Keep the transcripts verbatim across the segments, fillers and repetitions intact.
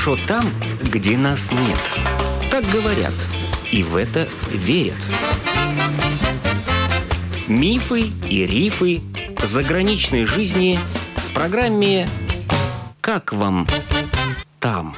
хорошо там, где нас нет. Так говорят, и в это верят. Мифы и рифы заграничной жизни в программе «Как вам там?».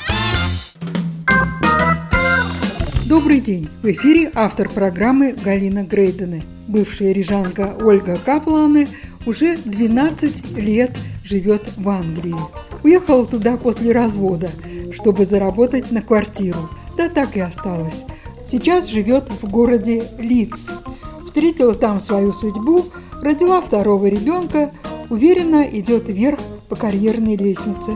Добрый день! В эфире автор программы Галина Грейдене. Бывшая рижанка Ольга Каплане уже двенадцать лет живет в Англии. Уехала туда после развода, чтобы заработать на квартиру. Да так и осталась. Сейчас живет в городе Лидс. Встретила там свою судьбу, родила второго ребенка, уверенно идет вверх по карьерной лестнице.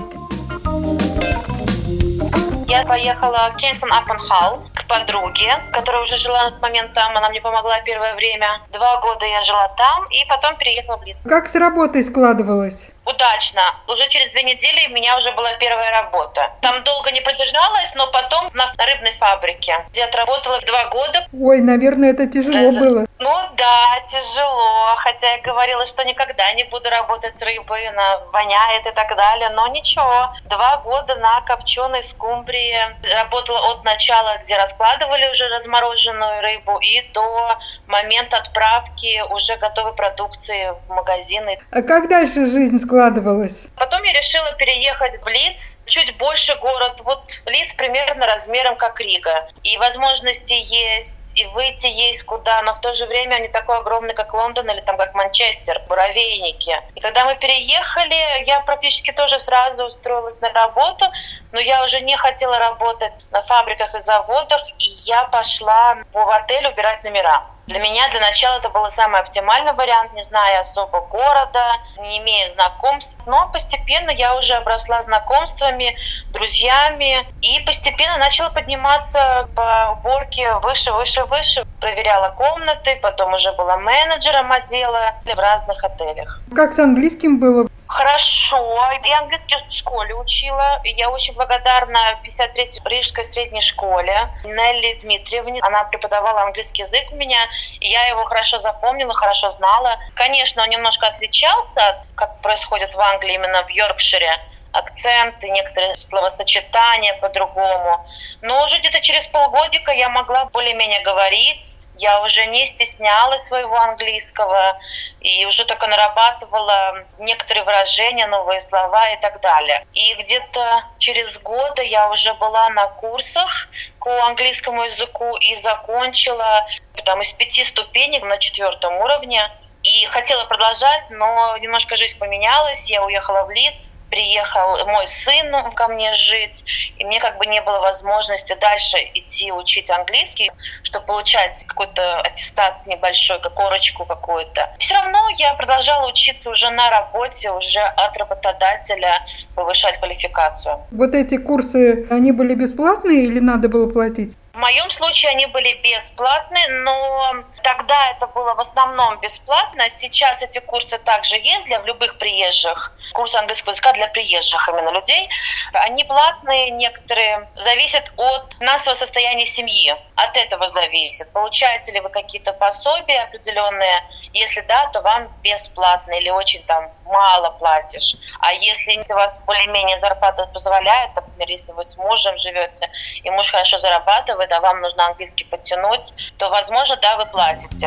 Я поехала в Кенсон-Апон-Халл к подруге, которая уже жила на тот момент там. Она мне помогла первое время. Два года я жила там и потом переехала в Лидс. Как с работой складывалось? Удачно. Уже через две недели у меня уже была первая работа. Там долго не продержалась, но потом на рыбной фабрике, где отработала два года. Ой, наверное, это тяжело За... было. Ну да, тяжело. Хотя я говорила, что никогда не буду работать с рыбой, она воняет и так далее. Но ничего. Два года на копченой скумбрии. Работала от начала, где раскладывали уже размороженную рыбу, и до момента отправки уже готовой продукции в магазины. А как дальше жизнь складывалась? Потом я решила переехать в Лидс, чуть больше город. Вот Лидс примерно размером как Рига. И возможности есть, и выйти есть куда, но в то же время он не такой огромный, как Лондон или там как Манчестер, муравейники. И когда мы переехали, я практически тоже сразу устроилась на работу, но я уже не хотела работать на фабриках и заводах, и я пошла в отель убирать номера. Для меня для начала это был самый оптимальный вариант, не зная особо города, не имея знакомств. Но постепенно я уже обросла знакомствами, друзьями и постепенно начала подниматься по уборке выше, выше, выше. Проверяла комнаты, потом уже была менеджером отдела в разных отелях. Как с английским было? Хорошо. Я английский в школе учила. Я очень благодарна пятьдесят третьей Рижской средней школе Нелли Дмитриевне. Она преподавала английский язык у меня, и я его хорошо запомнила, хорошо знала. Конечно, он немножко отличался, как происходит в Англии, именно в Йоркшире. Акценты, некоторые словосочетания по-другому. Но уже где-то через полгодика я могла более-менее говорить. Я уже не стеснялась своего английского и уже только нарабатывала некоторые выражения, новые слова и так далее. И где-то через год я уже была на курсах по английскому языку и закончила там из пяти ступенек на четвертом уровне. И хотела продолжать, но немножко жизнь поменялась. Я уехала в Лидс, приехал мой сын ко мне жить, и мне как бы не было возможности дальше идти учить английский, чтобы получать какой-то аттестат небольшой, корочку какую-то. Все равно я продолжала учиться уже на работе, уже от работодателя, повышать квалификацию. Вот эти курсы, они были бесплатные или надо было платить? В моем случае они были бесплатные, но тогда это было в основном бесплатно. Сейчас эти курсы также есть для любых приезжих. Курсы английского языка для приезжих именно людей. Они платные некоторые. Зависят от финансового состояния семьи. От этого зависит. Получаете ли вы какие-то пособия определенные? Если да, то вам бесплатно или очень там мало платишь. А если у вас более-менее зарплата позволяет, например, если вы с мужем живете, и муж хорошо зарабатывает, а вам нужно английский подтянуть, то, возможно, да, вы платите.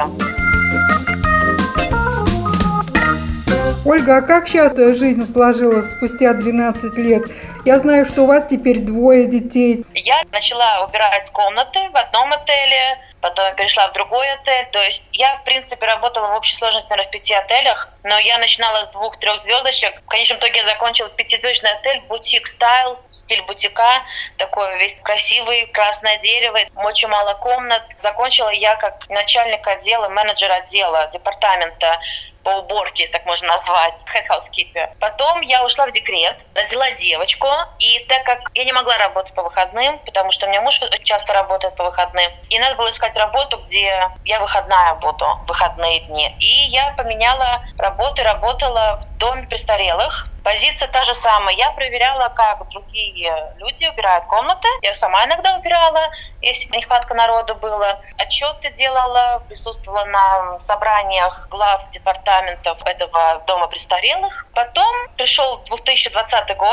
Ольга, а как сейчас жизнь сложилась спустя двенадцать лет? Я знаю, что у вас теперь двое детей. Я начала убирать комнаты в одном отеле, потом перешла в другой отель. То есть я, в принципе, работала в общей сложности, наверное, в пяти отелях, но я начинала с двух-трех звездочек. В конечном итоге я закончила пятизвездочный отель, бутик-стайл, стиль бутика, такой весь красивый, красное дерево, очень мало комнат. Закончила я как начальник отдела, менеджер отдела, департамента по уборке, если так можно назвать, head housekeeper. Потом я ушла в декрет, родила девочку, и так как я не могла работать по выходным, потому что у меня муж часто работает по выходным, и надо было искать работу, где я выходная буду, выходные дни. И я поменяла работу, работала в доме престарелых. Позиция та же самая. Я проверяла, как другие люди убирают комнаты. Я сама иногда убирала, если нехватка народу была. Отчеты делала, присутствовала на собраниях глав департаментов этого дома престарелых. Потом пришел две тысячи двадцатый год.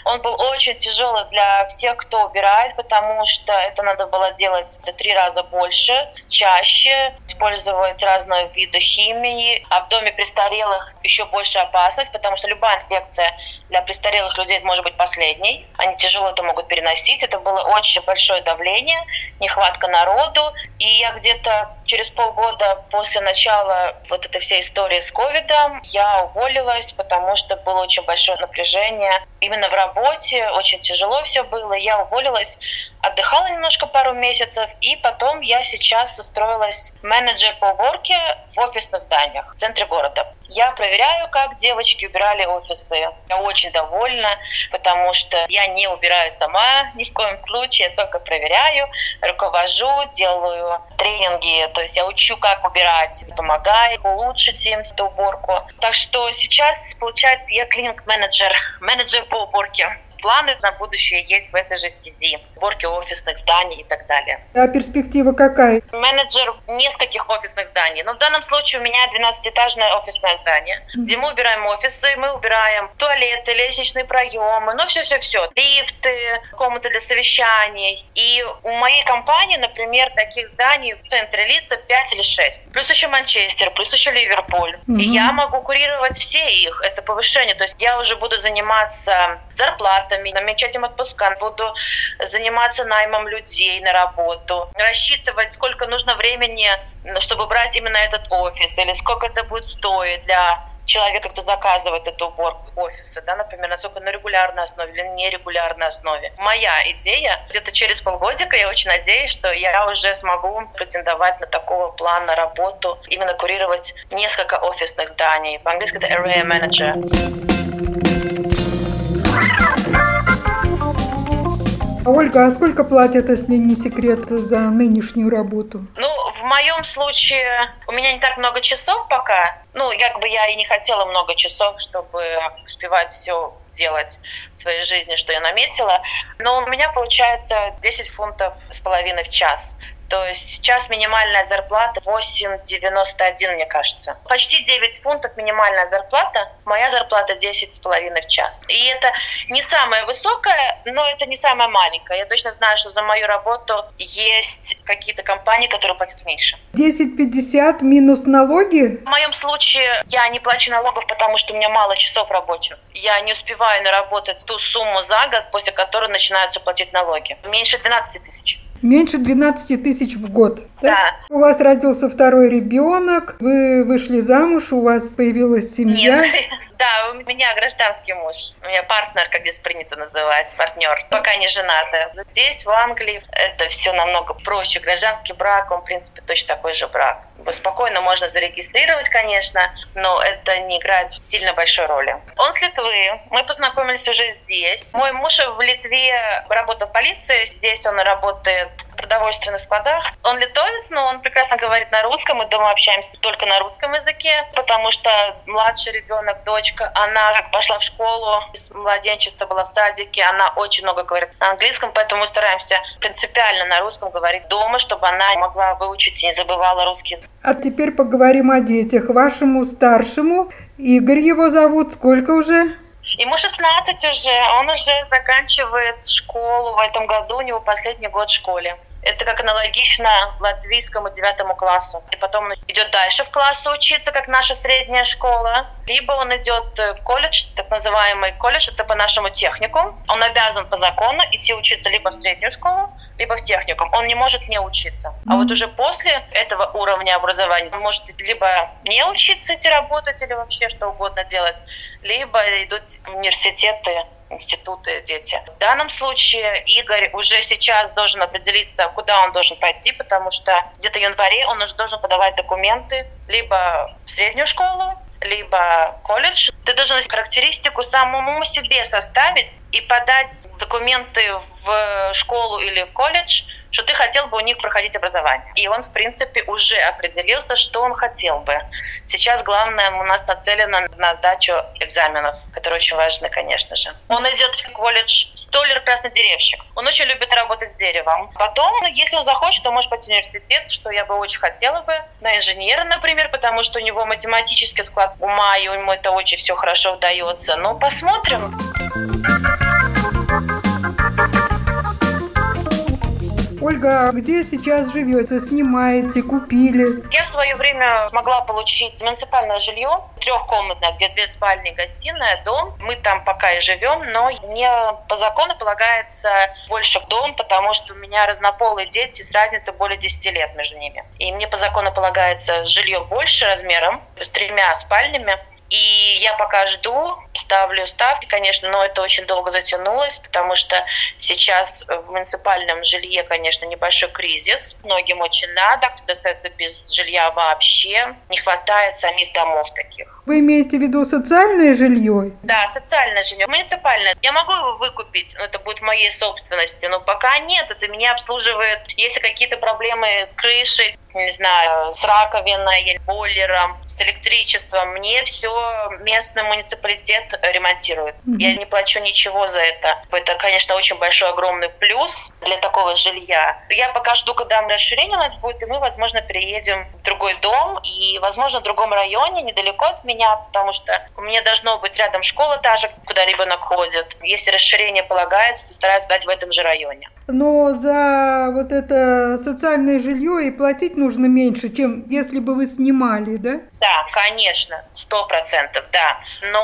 Он был очень тяжелый для всех, кто убирает, потому что это надо было делать в три раза больше, чаще, использовать разные виды химии. А в доме престарелых еще больше опасность, потому что любая инфекция для престарелых людей может быть последней. Они тяжело это могут переносить. Это было очень большое давление, нехватка народу. И я где-то через полгода после начала вот этой всей истории с ковидом я уволилась, потому что было очень большое напряжение именно в работе, очень тяжело все было. Я уволилась, отдыхала немножко пару месяцев, и потом я сейчас устроилась менеджер по уборке в офисных зданиях в центре города. Я проверяю, как девочки убирали офисы. Я очень довольна, потому что я не убираю сама ни в коем случае, я только проверяю, руковожу, делаю тренинги, то есть я учу, как убирать, помогаю улучшить им эту уборку. Так что сейчас, получается, я клининг-менеджер, менеджер по уборке. Планы на будущее есть в этой же стези. Уборки офисных зданий и так далее. А перспектива какая? Менеджер нескольких офисных зданий. Но в данном случае у меня двенадцатиэтажное офисное здание, mm-hmm. где мы убираем офисы, мы убираем туалеты, лестничные проемы, ну все-все-все. Лифты, комнаты для совещаний. И у моей компании, например, таких зданий в центре лица пять или шесть. Плюс еще Манчестер, плюс еще Ливерпуль. Mm-hmm. И я могу курировать все их. Это повышение. То есть я уже буду заниматься зарплатой, намечать им отпуска, буду заниматься наймом людей на работу, рассчитывать, сколько нужно времени, чтобы брать именно этот офис, или сколько это будет стоить для человека, кто заказывает эту уборку офиса, да, например, насколько на регулярной основе или нерегулярной основе. Моя идея, где-то через полгодика, я очень надеюсь, что я уже смогу претендовать на такого плана работу, именно курировать несколько офисных зданий. По-английски это area manager. Ольга, а сколько платят, если не секрет, за нынешнюю работу? Ну, в моем случае у меня не так много часов пока. Ну, как бы я и не хотела много часов, чтобы успевать все делать в своей жизни, что я наметила. Но у меня получается десять фунтов с половиной в час. То есть сейчас минимальная зарплата восемь девяносто один, мне кажется. Почти девять фунтов минимальная зарплата. Моя зарплата десять с половиной в час. И это не самая высокая, но это не самая маленькая. Я точно знаю, что за мою работу есть какие-то компании, которые платят меньше. десять пятьдесят минус налоги? В моем случае я не плачу налогов, потому что у меня мало часов рабочих. Я не успеваю наработать ту сумму за год, после которой начинаются платить налоги. Меньше двенадцати тысяч. Меньше двенадцати тысяч в год. Да? Да. У вас родился второй ребенок, вы вышли замуж, у вас появилась семья. Нет. Да, у меня гражданский муж. У меня партнер, как здесь принято называть, партнер. Пока не женатая. Здесь, в Англии, это все намного проще. Гражданский брак, он, в принципе, точно такой же брак. Его спокойно можно зарегистрировать, конечно, но это не играет сильно большой роли. Он с Литвы. Мы познакомились уже здесь. Мой муж в Литве работал в полиции. Здесь он работает в продовольственных складах. Он литовец, но он прекрасно говорит на русском. Мы дома общаемся только на русском языке, потому что младший ребенок, дочка, она как пошла в школу, с младенчества была в садике, она очень много говорит на английском, поэтому мы стараемся принципиально на русском говорить дома, чтобы она могла выучить и не забывала русский язык. А теперь поговорим о детях. Вашему старшему, Игорь его зовут, сколько уже? Ему шестнадцать уже, он уже заканчивает школу в этом году, у него последний год в школе. Это как аналогично латвийскому девятому классу. И потом он идет дальше в классы учиться, как наша средняя школа. Либо он идет в колледж, так называемый колледж, это по-нашему техникум. Он обязан по закону идти учиться либо в среднюю школу, либо в техникум. Он не может не учиться. А вот уже после этого уровня образования он может либо не учиться, идти работать или вообще что угодно делать, либо идут в университеты, институты, дети. В данном случае Игорь уже сейчас должен определиться, куда он должен пойти, потому что где-то в январе он уже должен подавать документы либо в среднюю школу, либо колледж. Ты должен характеристику самому себе составить и подать документы в школу или в колледж, что ты хотел бы у них проходить образование. И он, в принципе, уже определился, что он хотел бы. Сейчас главное у нас нацелено на сдачу экзаменов, которые очень важны, конечно же. Он идет в колледж столяр-краснодеревщик. Он очень любит работать с деревом. Потом, если он захочет, то может пойти в университет, что я бы очень хотела бы. На инженера, например, потому что у него математический склад ума, и ему это очень все хорошо удается. Ну, посмотрим. Ольга, а где сейчас живете? Снимаете, купили? Я в свое время смогла получить муниципальное жилье, трехкомнатное, где две спальни и гостиная, дом. Мы там пока и живем, но мне по закону полагается больше дом, потому что у меня разнополые дети с разницей более десяти лет между ними. И мне по закону полагается жилье больше размером, с тремя спальнями. И я пока жду, ставлю ставки, конечно, но это очень долго затянулось, потому что сейчас в муниципальном жилье, конечно, небольшой кризис. Многим очень надо, кто остается без жилья вообще. Не хватает самих домов таких. Вы имеете в виду социальное жилье? Да, социальное жилье, муниципальное. Я могу его выкупить, но это будет в моей собственности, но пока нет, это меня обслуживает. Если какие-то проблемы с крышей, не знаю, с раковиной, бойлером, с электричеством, мне все местный муниципалитет ремонтирует. Mm-hmm. Я не плачу ничего за это. Это, конечно, очень большой, огромный плюс для такого жилья. Я пока жду, когда расширение у нас будет, и мы, возможно, переедем в другой дом, и, возможно, в другом районе, недалеко от меня, потому что у меня должно быть рядом школа та же, куда ребенок ходит. Если расширение полагается, то стараются дать в этом же районе. Но за вот это социальное жилье и платить нужно меньше, чем если бы вы снимали, да? Да, конечно, сто процентов, да.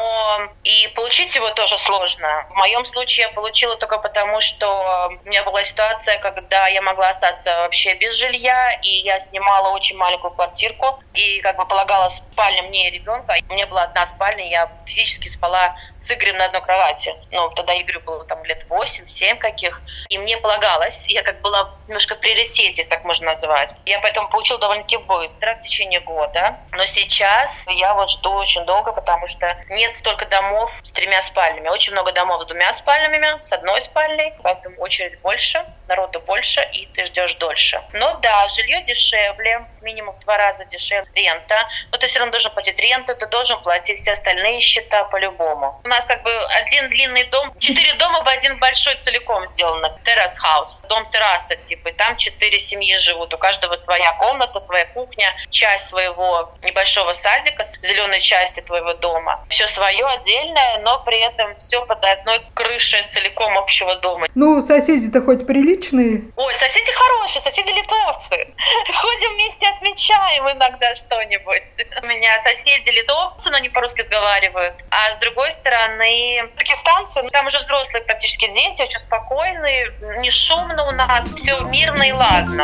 Но и получить его тоже сложно. В моем случае я получила только потому, что у меня была ситуация, когда я могла остаться вообще без жилья, и я снимала очень маленькую квартирку, и как бы полагала спальня мне и ребенка. У меня была одна спальня, я физически спала с Игорем на одной кровати. Ну, тогда Игорю было там лет восемь-семь каких, и мне полагалось, я как была немножко в приоритете, если так можно назвать. Я поэтому получила довольно-таки быстро, в течение года. Но сейчас я вот жду очень долго, потому что нет столько домов с тремя спальнями. Очень много домов с двумя спальнями, с одной спальней, поэтому очередь больше, народу больше, и ты ждешь дольше. Но да, жилье дешевле, минимум в два раза дешевле рента. Но ты все равно должен платить ренту, ты должен платить все остальные счета по-любому. У нас как бы один длинный дом, четыре дома в один большой целиком сделано. Террас-хаус, дом-терраса типа, и там четыре семьи живут. У каждого своя комната, своя кухня, часть своего небольшого садика, зеленой части твоего дома. Все свое отдельное, но при этом все под одной крышей целиком общего дома. Ну, соседи-то хоть приличные? Ой, соседи хорошие, соседи литовцы. Ходим вместе, отмечаем иногда что-нибудь. У меня соседи литовцы, но они по-русски разговаривают. А с другой стороны, пакистанцы, там уже взрослые практически дети, очень спокойные, не шумно у нас, все мирно и ладно.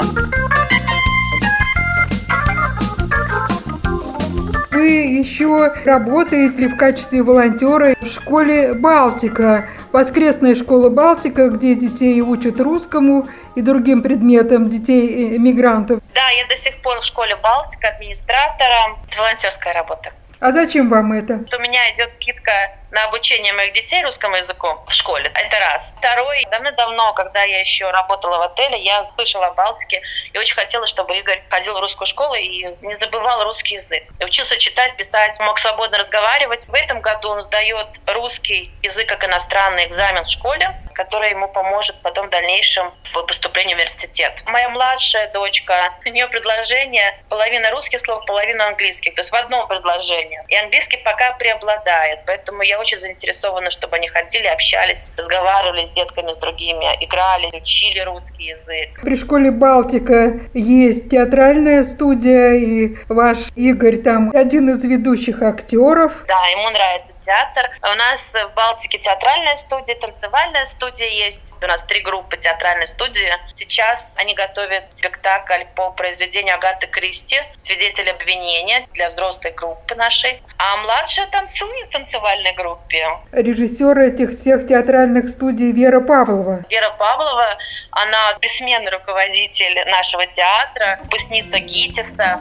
Вы еще работаете в качестве волонтера в школе «Балтика», воскресная школа «Балтика», где детей учат русскому и другим предметам детей-мигрантов. Да, я до сих пор в школе «Балтика» администратором. Это волонтерская работа. А зачем вам это? У меня идет скидка на обучение моих детей русскому языку в школе. Это раз. Второй. Давно-давно, когда я еще работала в отеле, я слышала о Балтике и очень хотела, чтобы Игорь ходил в русскую школу и не забывал русский язык. И учился читать, писать, мог свободно разговаривать. В этом году он сдает русский язык как иностранный экзамен в школе, который ему поможет потом в дальнейшем в поступлении в университет. Моя младшая дочка, у нее предложение половина русских слов, половина английских. То есть в одном предложении. И английский пока преобладает. Поэтому я очень заинтересована, чтобы они ходили, общались, разговаривали с детками, с другими, играли, учили русский язык. При школе «Балтика» есть театральная студия, и ваш Игорь там один из ведущих актеров. Да, ему нравится театр. У нас в «Балтике» театральная студия, танцевальная студия есть. У нас три группы театральной студии. Сейчас они готовят спектакль по произведению Агаты Кристи «Свидетель обвинения» для взрослой группы нашей. А младшая танцует в танцевальной группе. Режиссер этих всех театральных студий Вера Павлова. Вера Павлова, она бессменный руководитель нашего театра, выпускница ГИТИСа.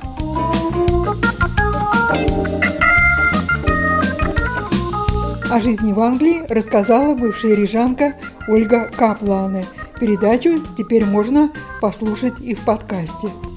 О жизни в Англии рассказала бывшая рижанка Ольга Каплане. Передачу теперь можно послушать и в подкасте.